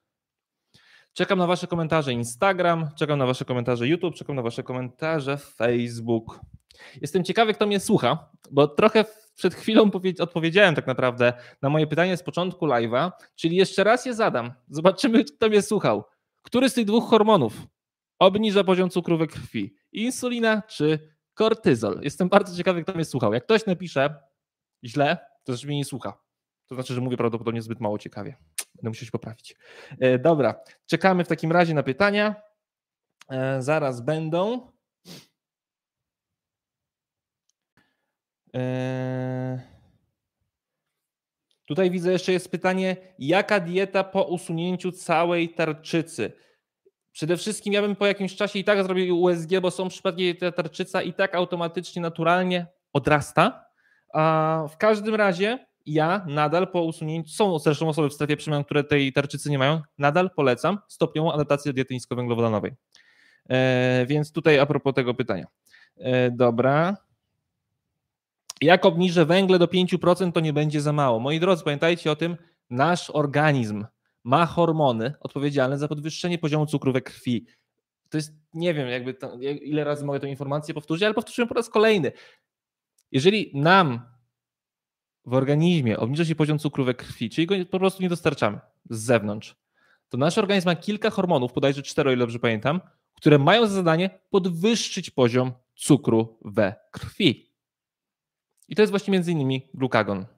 Czekam na wasze komentarze Instagram, czekam na wasze komentarze YouTube, czekam na wasze komentarze Facebook. Jestem ciekawy, kto mnie słucha, bo trochę przed chwilą odpowiedziałem tak naprawdę na moje pytanie z początku live'a, czyli jeszcze raz je zadam. Zobaczymy, kto mnie słuchał. Który z tych dwóch hormonów obniża poziom cukru we krwi? Insulina czy kortyzol? Jestem bardzo ciekawy, kto mnie słuchał. Jak ktoś napisze źle, to znaczy mnie nie słucha. To znaczy, że mówię prawdopodobnie zbyt mało ciekawie. Będę musiał się poprawić. E, dobra, czekamy w takim razie na pytania. E, zaraz będą. E, Tutaj widzę jeszcze jest pytanie, jaka dieta po usunięciu całej tarczycy? Przede wszystkim ja bym po jakimś czasie i tak zrobił U S G, bo są przypadki, gdzie ta tarczyca i tak automatycznie, naturalnie odrasta. A w każdym razie ja nadal po usunięciu, są zresztą osoby w strefie przemian, które tej tarczycy nie mają, nadal polecam stopniową adaptację diety niskowęglowodanowej. E, więc tutaj a propos tego pytania. E, dobra. Jak obniżę węgle do pięć procent, to nie będzie za mało. Moi drodzy, pamiętajcie o tym, nasz organizm ma hormony odpowiedzialne za podwyższenie poziomu cukru we krwi. To jest, nie wiem, jakby to, ile razy mogę tę informację powtórzyć, ale powtórzyłem po raz kolejny. Jeżeli nam w organizmie obniża się poziom cukru we krwi, czyli go po prostu nie dostarczamy z zewnątrz, to nasz organizm ma kilka hormonów, bodajże cztery, o ile dobrze pamiętam, które mają za zadanie podwyższyć poziom cukru we krwi. I to jest właśnie między innymi glukagon.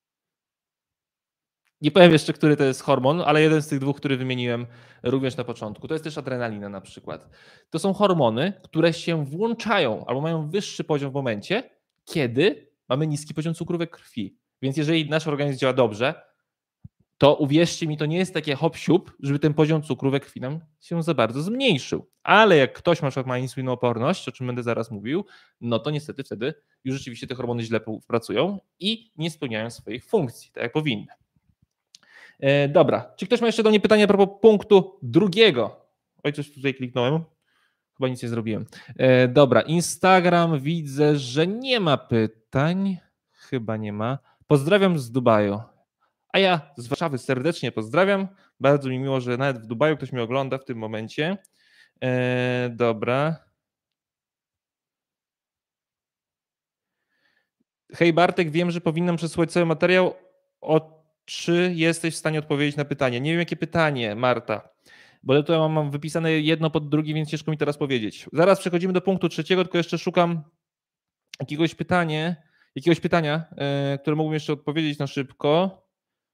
Nie powiem jeszcze, który to jest hormon, ale jeden z tych dwóch, który wymieniłem również na początku. To jest też adrenalina na przykład. To są hormony, które się włączają albo mają wyższy poziom w momencie, kiedy mamy niski poziom cukru we krwi. Więc jeżeli nasz organizm działa dobrze, to uwierzcie mi, to nie jest takie hop-siup, żeby ten poziom cukru we krwi nam się za bardzo zmniejszył. Ale jak ktoś na przykład ma insulinooporność, o czym będę zaraz mówił, no to niestety wtedy już rzeczywiście te hormony źle pracują i nie spełniają swoich funkcji, tak jak powinny. E, dobra, czy ktoś ma jeszcze do mnie pytanie a propos punktu drugiego? Oj, coś tutaj kliknąłem. Chyba nic nie zrobiłem. E, dobra, Instagram widzę, że nie ma pytań. Chyba nie ma. Pozdrawiam z Dubaju. A ja z Warszawy serdecznie pozdrawiam. Bardzo mi miło, że nawet w Dubaju ktoś mnie ogląda w tym momencie. E, dobra. Hej Bartek, wiem, że powinnam przesłać cały materiał. O, czy jesteś w stanie odpowiedzieć na pytanie? Nie wiem, jakie pytanie, Marta, bo ja tutaj mam, mam wypisane jedno pod drugim, więc ciężko mi teraz powiedzieć. Zaraz przechodzimy do punktu trzeciego, tylko jeszcze szukam jakiegoś pytania, jakiegoś pytania, yy, które mógłbym jeszcze odpowiedzieć na szybko.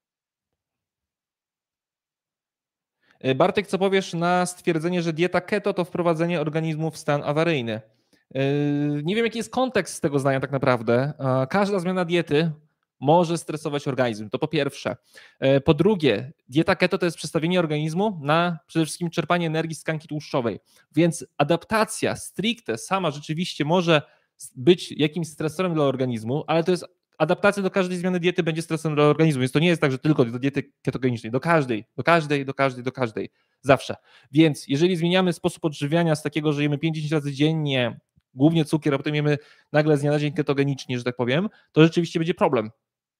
Bartek, co powiesz na stwierdzenie, że dieta keto to wprowadzenie organizmu w stan awaryjny? Nie wiem, jaki jest kontekst tego zdania tak naprawdę. Każda zmiana diety może stresować organizm, to po pierwsze. Po drugie, dieta keto to jest przestawienie organizmu na przede wszystkim czerpanie energii z tkanki tłuszczowej, więc adaptacja stricte sama rzeczywiście może być jakimś stresorem dla organizmu, ale to jest adaptacja do każdej zmiany diety będzie stresem dla organizmu, więc to nie jest tak, że tylko do diety ketogenicznej, do każdej, do każdej, do każdej, do każdej, zawsze. Więc jeżeli zmieniamy sposób odżywiania z takiego, że jemy pięć do dziesięciu razy dziennie, głównie cukier, a potem jemy nagle z dnia na dzień ketogenicznie, że tak powiem, to rzeczywiście będzie problem.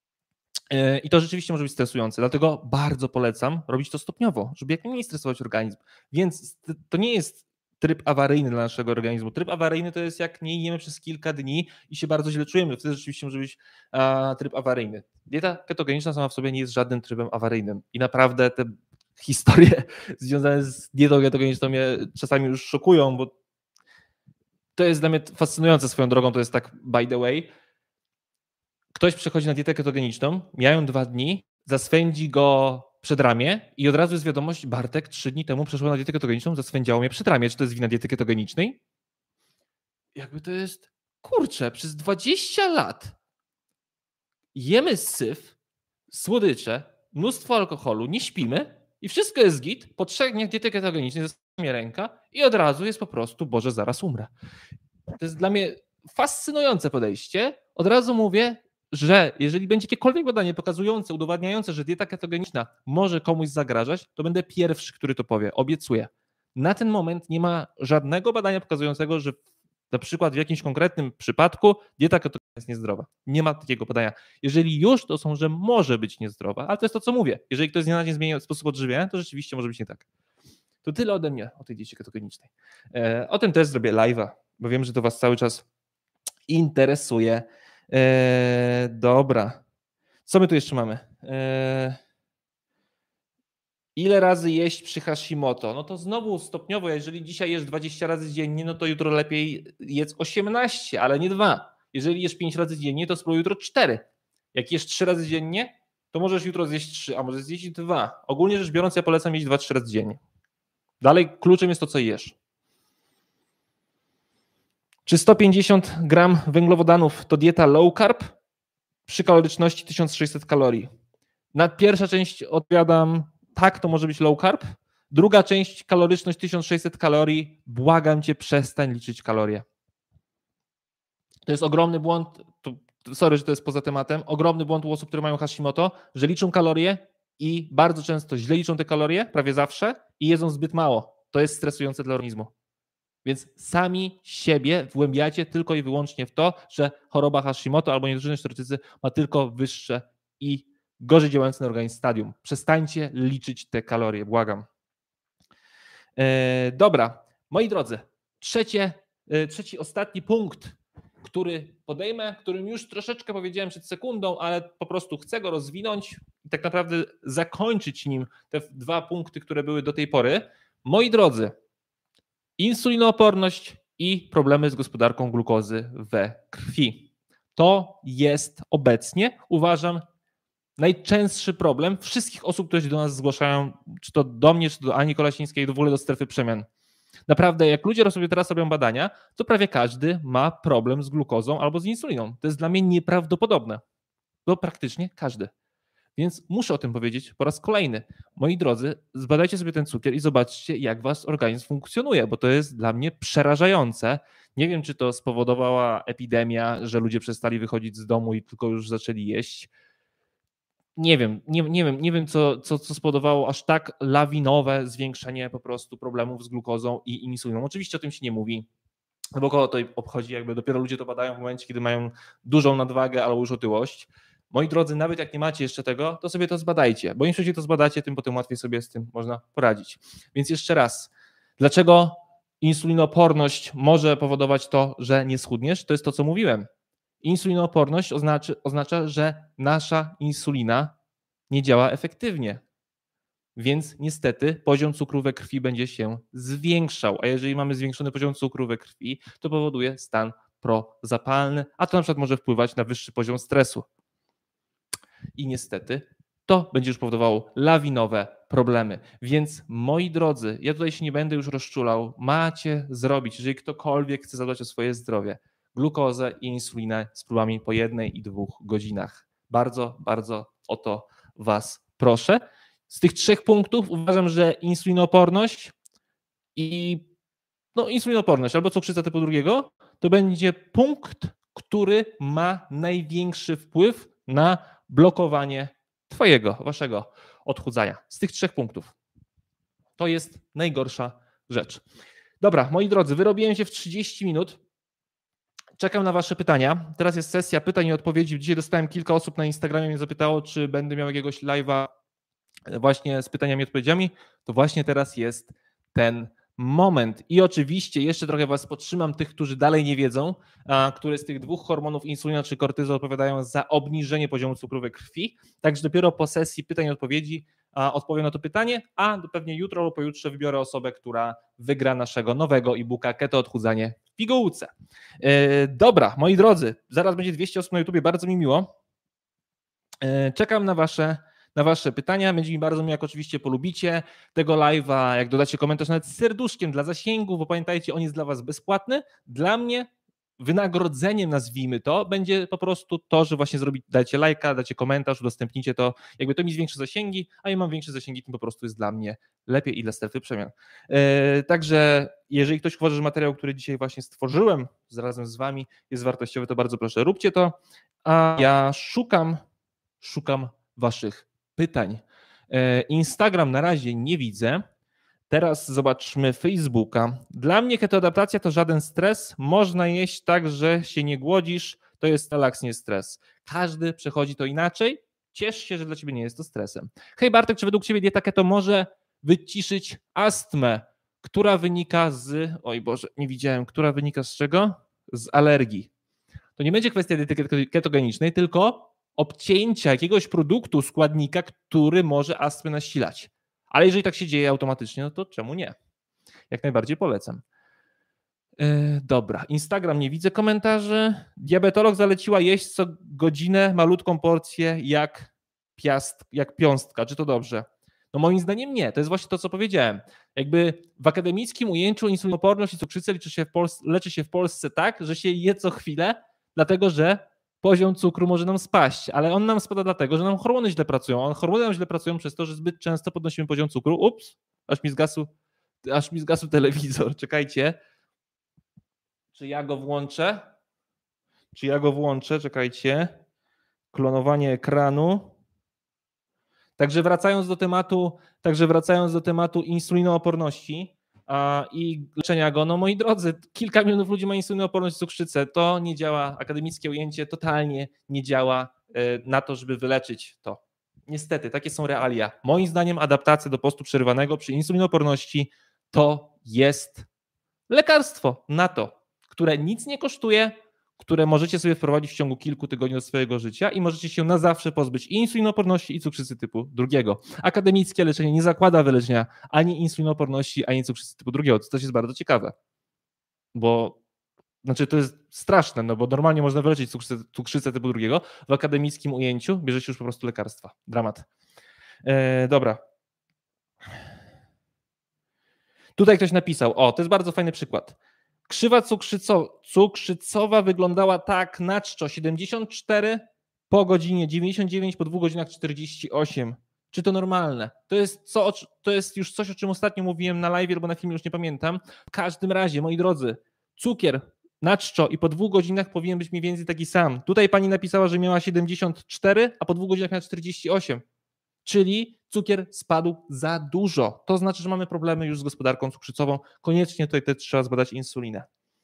I to rzeczywiście może być stresujące, dlatego bardzo polecam robić to stopniowo, żeby jak najmniej stresować organizm. Więc to nie jest tryb awaryjny dla naszego organizmu. Tryb awaryjny to jest jak nie jemy przez kilka dni i się bardzo źle czujemy, wtedy rzeczywiście może być a, tryb awaryjny. Dieta ketogeniczna sama w sobie nie jest żadnym trybem awaryjnym i naprawdę te historie związane z dietą ketogeniczną mnie czasami już szokują, bo to jest dla mnie fascynujące swoją drogą, to jest tak by the way. Ktoś przechodzi na dietę ketogeniczną, mijają dwa dni, zaswędzi go przedramię i od razu jest wiadomość, Bartek trzy dni temu przeszło na dietę ketogeniczną, zaswędziało mnie przedramię. Czy to jest wina diety ketogenicznej? Jakby to jest, kurczę, przez dwadzieścia lat jemy syf, słodycze, mnóstwo alkoholu, nie śpimy i wszystko jest git, po trzech dniach diety ketogenicznej zasłania mnie ręka i od razu jest po prostu, Boże, zaraz umrę. To jest dla mnie fascynujące podejście. Od razu mówię, że jeżeli będzie jakiekolwiek badanie pokazujące, udowadniające, że dieta ketogeniczna może komuś zagrażać, to będę pierwszy, który to powie. Obiecuję. Na ten moment nie ma żadnego badania pokazującego, że na przykład w jakimś konkretnym przypadku dieta ketogeniczna jest niezdrowa. Nie ma takiego badania. Jeżeli już, to są, że może być niezdrowa, ale to jest to, co mówię. Jeżeli ktoś z dnia na dzień zmieni sposób odżywiania, to rzeczywiście może być nie tak. To tyle ode mnie o tej diecie ketogenicznej. O tym też zrobię live'a, bo wiem, że to was cały czas interesuje. Eee, dobra. Co my tu jeszcze mamy? Eee, ile razy jeść przy Hashimoto? No to znowu stopniowo, jeżeli dzisiaj jesz dwadzieścia razy dziennie, no to jutro lepiej jedz osiemnaście, ale nie dwa. Jeżeli jesz pięć razy dziennie, to spróbuj jutro cztery. Jak jesz trzy razy dziennie, to możesz jutro zjeść trzy, a możesz zjeść dwa. Ogólnie rzecz biorąc, ja polecam jeść dwa trzy razy dziennie. Dalej kluczem jest to, co jesz. Czy sto pięćdziesiąt gram węglowodanów to dieta low carb przy kaloryczności tysiąc sześćset kalorii? Na pierwsza część odpowiadam, tak, to może być low carb. Druga część, kaloryczność tysiąc sześćset kalorii, błagam cię, przestań liczyć kalorie. To jest ogromny błąd, to, sorry, że to jest poza tematem, ogromny błąd u osób, które mają Hashimoto, że liczą kalorie i bardzo często źle liczą te kalorie, prawie zawsze, i jedzą zbyt mało. To jest stresujące dla organizmu. Więc sami siebie wgłębiacie tylko i wyłącznie w to, że choroba Hashimoto albo niedożylność sztorczycy ma tylko wyższe i gorzej działające na organizm stadium. Przestańcie liczyć te kalorie, błagam. E, dobra, moi drodzy, trzecie, e, trzeci, ostatni punkt, który podejmę, którym już troszeczkę powiedziałem przed sekundą, ale po prostu chcę go rozwinąć i tak naprawdę zakończyć nim te dwa punkty, które były do tej pory. Moi drodzy, insulinooporność i problemy z gospodarką glukozy we krwi. To jest obecnie, uważam, najczęstszy problem wszystkich osób, które się do nas zgłaszają, czy to do mnie, czy do Ani Kolasińskiej, w ogóle do strefy przemian. Naprawdę, jak ludzie sobie teraz robią badania, to prawie każdy ma problem z glukozą albo z insuliną. To jest dla mnie nieprawdopodobne. To praktycznie każdy. Więc muszę o tym powiedzieć po raz kolejny. Moi drodzy, zbadajcie sobie ten cukier i zobaczcie, jak wasz organizm funkcjonuje, bo to jest dla mnie przerażające. Nie wiem, czy to spowodowała epidemia, że ludzie przestali wychodzić z domu i tylko już zaczęli jeść. Nie wiem, nie, nie wiem, nie wiem co, co, co spowodowało aż tak lawinowe zwiększenie po prostu problemów z glukozą i insuliną. Oczywiście o tym się nie mówi, bo kogo to obchodzi, jakby dopiero ludzie to badają w momencie, kiedy mają dużą nadwagę albo już otyłość. Moi drodzy, nawet jak nie macie jeszcze tego, to sobie to zbadajcie, bo im szybciej to zbadacie, tym potem łatwiej sobie z tym można poradzić. Więc jeszcze raz, dlaczego insulinooporność może powodować to, że nie schudniesz? To jest to, co mówiłem. Insulinooporność oznacza, oznacza, że nasza insulina nie działa efektywnie, więc niestety poziom cukru we krwi będzie się zwiększał, a jeżeli mamy zwiększony poziom cukru we krwi, to powoduje stan prozapalny, a to na przykład może wpływać na wyższy poziom stresu. I niestety to będzie już powodowało lawinowe problemy. Więc moi drodzy, ja tutaj się nie będę już rozczulał, macie zrobić, jeżeli ktokolwiek chce zadbać o swoje zdrowie, glukozę i insulinę z próbami po jednej i dwóch godzinach. Bardzo, bardzo o to was proszę. Z tych trzech punktów uważam, że insulinooporność i no, insulinooporność albo cukrzyca typu drugiego to będzie punkt, który ma największy wpływ na blokowanie twojego, waszego odchudzania. Z tych trzech punktów. To jest najgorsza rzecz. Dobra, moi drodzy, wyrobiłem się w trzydzieści minut. Czekam na wasze pytania. Teraz jest sesja pytań i odpowiedzi. Dzisiaj dostałem kilka osób na Instagramie, mnie zapytało, czy będę miał jakiegoś live'a właśnie z pytaniami i odpowiedziami. To właśnie teraz jest ten moment. I oczywiście jeszcze trochę was podtrzymam, tych, którzy dalej nie wiedzą, a, które z tych dwóch hormonów, insulina czy kortyzol, odpowiadają za obniżenie poziomu cukru we krwi. Także dopiero po sesji pytań i odpowiedzi a, odpowiem na to pytanie, a pewnie jutro lub pojutrze wybiorę osobę, która wygra naszego nowego e-booka Keto Odchudzanie w pigułce. Yy, dobra, moi drodzy, zaraz będzie dwieście osób na YouTubie, bardzo mi miło. Yy, czekam na wasze na wasze pytania. Będzie mi bardzo miło, jak oczywiście polubicie tego live'a, jak dodacie komentarz nawet z serduszkiem dla zasięgu, bo pamiętajcie, on jest dla was bezpłatny. Dla mnie wynagrodzeniem, nazwijmy to, będzie po prostu to, że właśnie zrobić, dajcie lajka, dacie komentarz, udostępnicie to, jakby to mi zwiększy zasięgi, a ja mam większe zasięgi, tym po prostu jest dla mnie lepiej i dla strefy przemian. Yy, także jeżeli ktoś uważa, że materiał, który dzisiaj właśnie stworzyłem razem z wami jest wartościowy, to bardzo proszę, róbcie to, a ja szukam, szukam waszych pytań. Instagram na razie nie widzę. Teraz zobaczmy Facebooka. Dla mnie ketoadaptacja to żaden stres. Można jeść tak, że się nie głodzisz. To jest relaks, nie stres. Każdy przechodzi to inaczej. Ciesz się, że dla ciebie nie jest to stresem. Hej Bartek, czy według ciebie dieta keto może wyciszyć astmę, która wynika z... Oj Boże, nie widziałem. Która wynika z czego? Z alergii. To nie będzie kwestia diety ketogenicznej, tylko obcięcia jakiegoś produktu, składnika, który może astmę nasilać. Ale jeżeli tak się dzieje automatycznie, no to czemu nie? Jak najbardziej polecam. Yy, dobra, Instagram nie widzę komentarzy. Diabetolog zaleciła jeść co godzinę malutką porcję jak, piast, jak piąstka. Czy to dobrze? No moim zdaniem nie. To jest właśnie to, co powiedziałem. Jakby w akademickim ujęciu insulinooporność i cukrzycę leczy się w Polsce, leczy się w Polsce tak, że się je co chwilę, dlatego że poziom cukru może nam spaść, ale on nam spada dlatego, że nam hormony źle pracują. A hormony nam źle pracują przez to, że zbyt często podnosimy poziom cukru. Ups, aż mi zgasł, aż mi zgasł telewizor. Czekajcie. Czy ja go włączę? Czy ja go włączę? Czekajcie. Klonowanie ekranu. Także wracając do tematu, także wracając do tematu insulinooporności a, i leczenia go, no moi drodzy, kilka milionów ludzi ma insulinooporność, cukrzycę. To nie działa, akademickie ujęcie totalnie nie działa na to, żeby wyleczyć to. Niestety, takie są realia. Moim zdaniem adaptacja do postu przerywanego przy insulinooporności to jest lekarstwo na to, które nic nie kosztuje, które możecie sobie wprowadzić w ciągu kilku tygodni do swojego życia i możecie się na zawsze pozbyć i insulinooporności, i cukrzycy typu drugiego. Akademickie leczenie nie zakłada wyleczenia ani insulinooporności, ani cukrzycy typu drugiego, co też jest bardzo ciekawe, bo znaczy to jest straszne, no bo normalnie można wyleczyć cukrzycę, cukrzycę typu drugiego, w akademickim ujęciu bierzecie już po prostu lekarstwa. Dramat. E, dobra. Tutaj ktoś napisał, o, to jest bardzo fajny przykład. Krzywa cukrzyco, cukrzycowa wyglądała tak na czczo, siedemdziesiąt cztery po godzinie dziewięćdziesiąt dziewięć, po dwóch godzinach czterdzieści osiem. Czy to normalne? To jest, co, to jest już coś, o czym ostatnio mówiłem na live albo na filmie, już nie pamiętam. W każdym razie, moi drodzy, cukier na czczo i po dwóch godzinach powinien być mniej więcej taki sam. Tutaj pani napisała, że miała siedemdziesiąt cztery, a po dwóch godzinach miała czterdzieści osiem. Czyli cukier spadł za dużo. To znaczy, że mamy problemy już z gospodarką cukrzycową. Koniecznie tutaj też trzeba zbadać insulinę.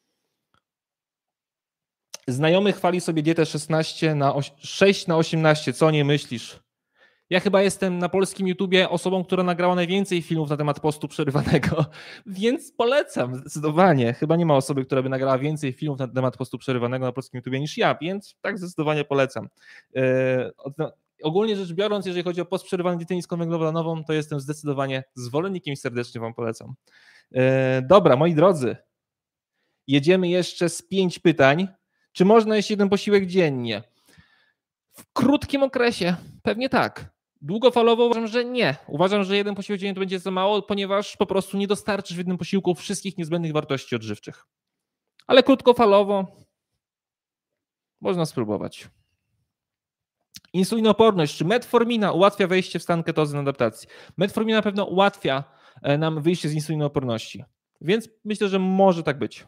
Znajomy chwali sobie dietę szesnaście na sześć na osiemnaście. Co nie myślisz? Ja chyba jestem na polskim YouTubie osobą, która nagrała najwięcej filmów na temat postu przerywanego, więc polecam zdecydowanie. Chyba nie ma osoby, która by nagrała więcej filmów na temat postu przerywanego na polskim YouTubie niż ja, więc tak zdecydowanie polecam. Yy, Ogólnie rzecz biorąc, jeżeli chodzi o post przerywany dietę niskowęglowodanową, to jestem zdecydowanie zwolennikiem i serdecznie Wam polecam. E, dobra, moi drodzy, jedziemy jeszcze z pięć pytań. Czy można jeść jeden posiłek dziennie? W krótkim okresie pewnie tak. Długofalowo uważam, że nie. Uważam, że jeden posiłek dziennie to będzie za mało, ponieważ po prostu nie dostarczysz w jednym posiłku wszystkich niezbędnych wartości odżywczych. Ale krótkofalowo można spróbować. Insulinooporność, czy metformina ułatwia wejście w stan ketozy na adaptacji? Metformina na pewno ułatwia nam wyjście z insulinooporności, więc myślę, że może tak być.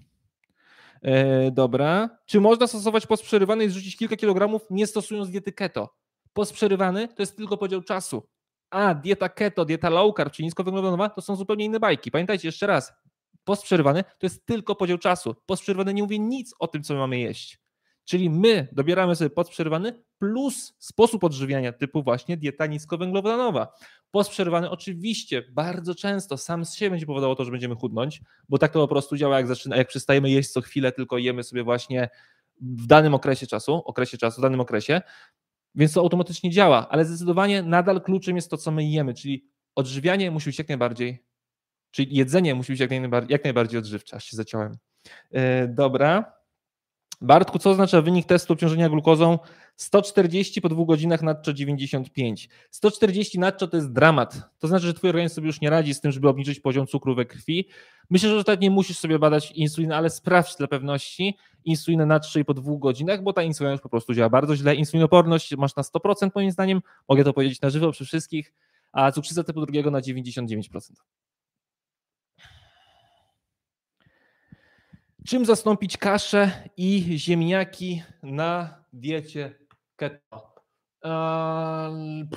E, dobra. Czy można stosować post przerywany i zrzucić kilka kilogramów, nie stosując diety keto? Post przerywany to jest tylko podział czasu, a dieta keto, dieta low carb, czy niskowęglowodanowa to są zupełnie inne bajki. Pamiętajcie jeszcze raz, post przerywany to jest tylko podział czasu. Post przerywany nie mówi nic o tym, co my mamy jeść. Czyli my dobieramy sobie post przerywany plus sposób odżywiania typu właśnie dieta niskowęglowodanowa. Post przerywany oczywiście bardzo często sam z siebie będzie powodował to, że będziemy chudnąć, bo tak to po prostu działa, jak, zaczyna, jak przestajemy jeść co chwilę, tylko jemy sobie właśnie w danym okresie czasu, okresie czasu, w danym okresie, więc to automatycznie działa, ale zdecydowanie nadal kluczem jest to, co my jemy, czyli odżywianie musi być jak najbardziej, czyli jedzenie musi być jak najbardziej, jak najbardziej odżywcze, aż się zaciąłem. Yy, dobra. Bartku, co oznacza wynik testu obciążenia glukozą? sto czterdzieści po dwóch godzinach, nadczo dziewięćdziesiąt pięć. sto czterdzieści nadczo to jest dramat. To znaczy, że twój organizm sobie już nie radzi z tym, żeby obniżyć poziom cukru we krwi. Myślę, że ostatnio nie musisz sobie badać insuliny, ale sprawdź dla pewności insulinę nadczo i po dwóch godzinach, bo ta insulina już po prostu działa bardzo źle. Insulinoporność masz na sto procent moim zdaniem, mogę to powiedzieć na żywo przy wszystkich, a cukrzyca typu drugiego na dziewięćdziesiąt dziewięć procent. Czym zastąpić kaszę i ziemniaki na diecie keto? Eee,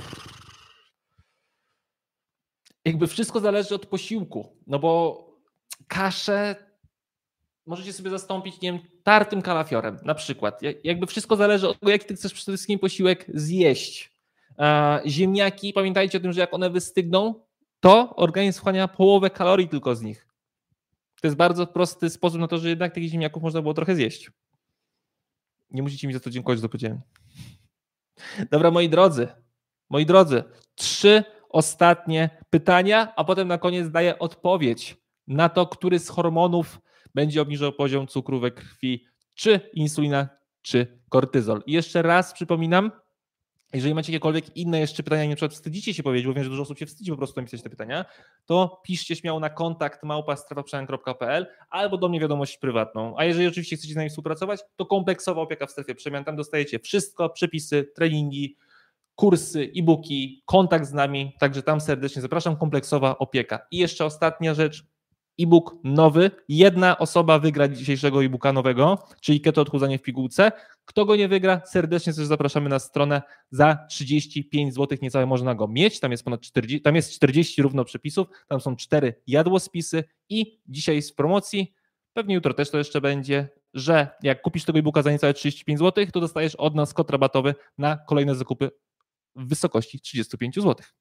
jakby wszystko zależy od posiłku, no bo kaszę możecie sobie zastąpić, nie wiem, tartym kalafiorem na przykład. Jakby wszystko zależy od tego, jaki ty chcesz przede wszystkim posiłek zjeść. Eee, ziemniaki, pamiętajcie o tym, że jak one wystygną, to organizm wchłania połowę kalorii tylko z nich. To jest bardzo prosty sposób na to, że jednak tych ziemniaków można było trochę zjeść. Nie musicie mi za to dziękować, że to powiedziałem. Dobra, moi drodzy, moi drodzy, trzy ostatnie pytania, a potem na koniec daję odpowiedź na to, który z hormonów będzie obniżał poziom cukru we krwi, czy insulina, czy kortyzol. I jeszcze raz przypominam, Jeżeli macie jakiekolwiek inne jeszcze pytania, na przykład wstydzicie się powiedzieć, bo wiem, że dużo osób się wstydzi po prostu napisać te pytania, to piszcie śmiało na kontakt małpa strefa przemian kropka p l albo do mnie wiadomość prywatną. A jeżeli oczywiście chcecie z nami współpracować, to kompleksowa opieka w strefie przemian. Tam dostajecie wszystko, przepisy, treningi, kursy, e-booki, kontakt z nami, także tam serdecznie zapraszam, kompleksowa opieka. I jeszcze ostatnia rzecz, e-book nowy, jedna osoba wygra dzisiejszego e-booka nowego, czyli Keto Odchudzanie w pigułce. Kto go nie wygra, serdecznie też zapraszamy na stronę, za trzydzieści pięć złotych niecałe można go mieć, tam jest ponad czterdzieści, tam jest czterdzieści równo przepisów, tam są cztery jadłospisy i dzisiaj jest w promocji, pewnie jutro też to jeszcze będzie, że jak kupisz tego e-booka za niecałe trzydzieści pięć złotych, to dostajesz od nas kod rabatowy na kolejne zakupy w wysokości trzydzieści pięć złotych.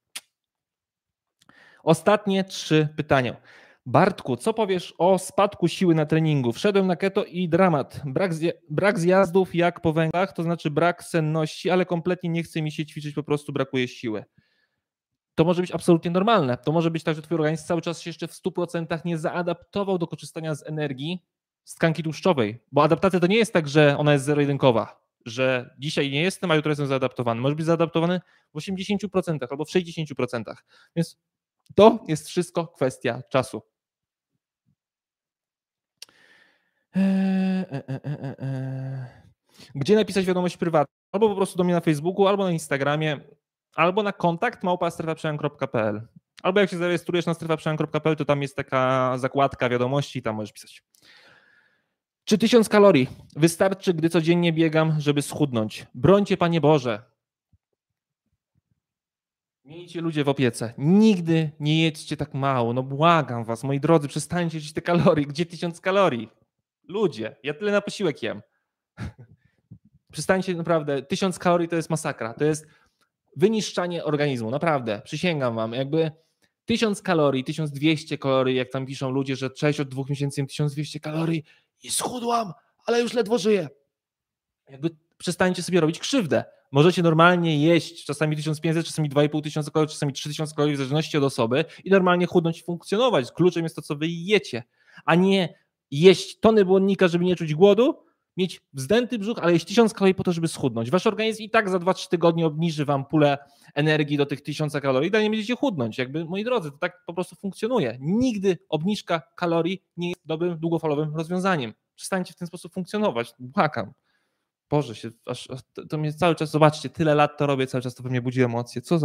Ostatnie trzy pytania. Bartku, co powiesz o spadku siły na treningu? Wszedłem na keto i dramat. Brak, zja- brak zjazdów jak po węglach, to znaczy brak senności, ale kompletnie nie chce mi się ćwiczyć, po prostu brakuje siły. To może być absolutnie normalne. To może być tak, że twój organizm cały czas się jeszcze w stu procentach nie zaadaptował do korzystania z energii z tkanki tłuszczowej, bo adaptacja to nie jest tak, że ona jest zero-jedynkowa, że dzisiaj nie jestem, a jutro jestem zaadaptowany. Może być zaadaptowany w osiemdziesięciu procentach albo w sześćdziesięciu procentach. Więc to jest wszystko kwestia czasu. Eee, e, e, e, e. Gdzie napisać wiadomość prywatną? Albo po prostu do mnie na Facebooku, albo na Instagramie, albo na kontakt małpa strefa przemian kropka p l. Albo jak się zarejestrujesz na strefa przemian kropka p l, to tam jest taka zakładka wiadomości i tam możesz pisać. Czy tysiąc kalorii wystarczy, gdy codziennie biegam, żeby schudnąć? Brońcie, Panie Boże. Miejcie ludzie w opiece. Nigdy nie jedzcie tak mało. No błagam was, moi drodzy, przestańcie jeść te kalorie. Gdzie tysiąc kalorii? Ludzie, ja tyle na posiłek jem. Przestańcie, naprawdę. Tysiąc kalorii to jest masakra. To jest wyniszczanie organizmu. Naprawdę. Przysięgam wam. Jakby tysiąc kalorii, tysiąc dwieście kalorii, jak tam piszą ludzie, że cześć, od dwóch miesięcy jem tysiąc dwieście kalorii i schudłam, ale już ledwo żyję. Jakby przestańcie sobie robić krzywdę. Możecie normalnie jeść czasami tysiąc pięćset, czasami dwa i pół tysiąca kalorii, czasami trzy tysiące kalorii w zależności od osoby i normalnie chudnąć i funkcjonować. Kluczem jest to, co wy jecie, a nie jeść tony błonnika, żeby nie czuć głodu, mieć wzdęty brzuch, ale jeść tysiąc kalorii po to, żeby schudnąć. Wasz organizm i tak za dwa trzy tygodnie obniży wam pulę energii do tych tysiąca kalorii i dalej nie będziecie chudnąć. Jakby, moi drodzy, to tak po prostu funkcjonuje. Nigdy obniżka kalorii nie jest dobrym, długofalowym rozwiązaniem. Przestańcie w ten sposób funkcjonować. Błagam. Boże, się, aż, to, to mnie cały czas, zobaczcie, tyle lat to robię, cały czas to we mnie budzi emocje. Co za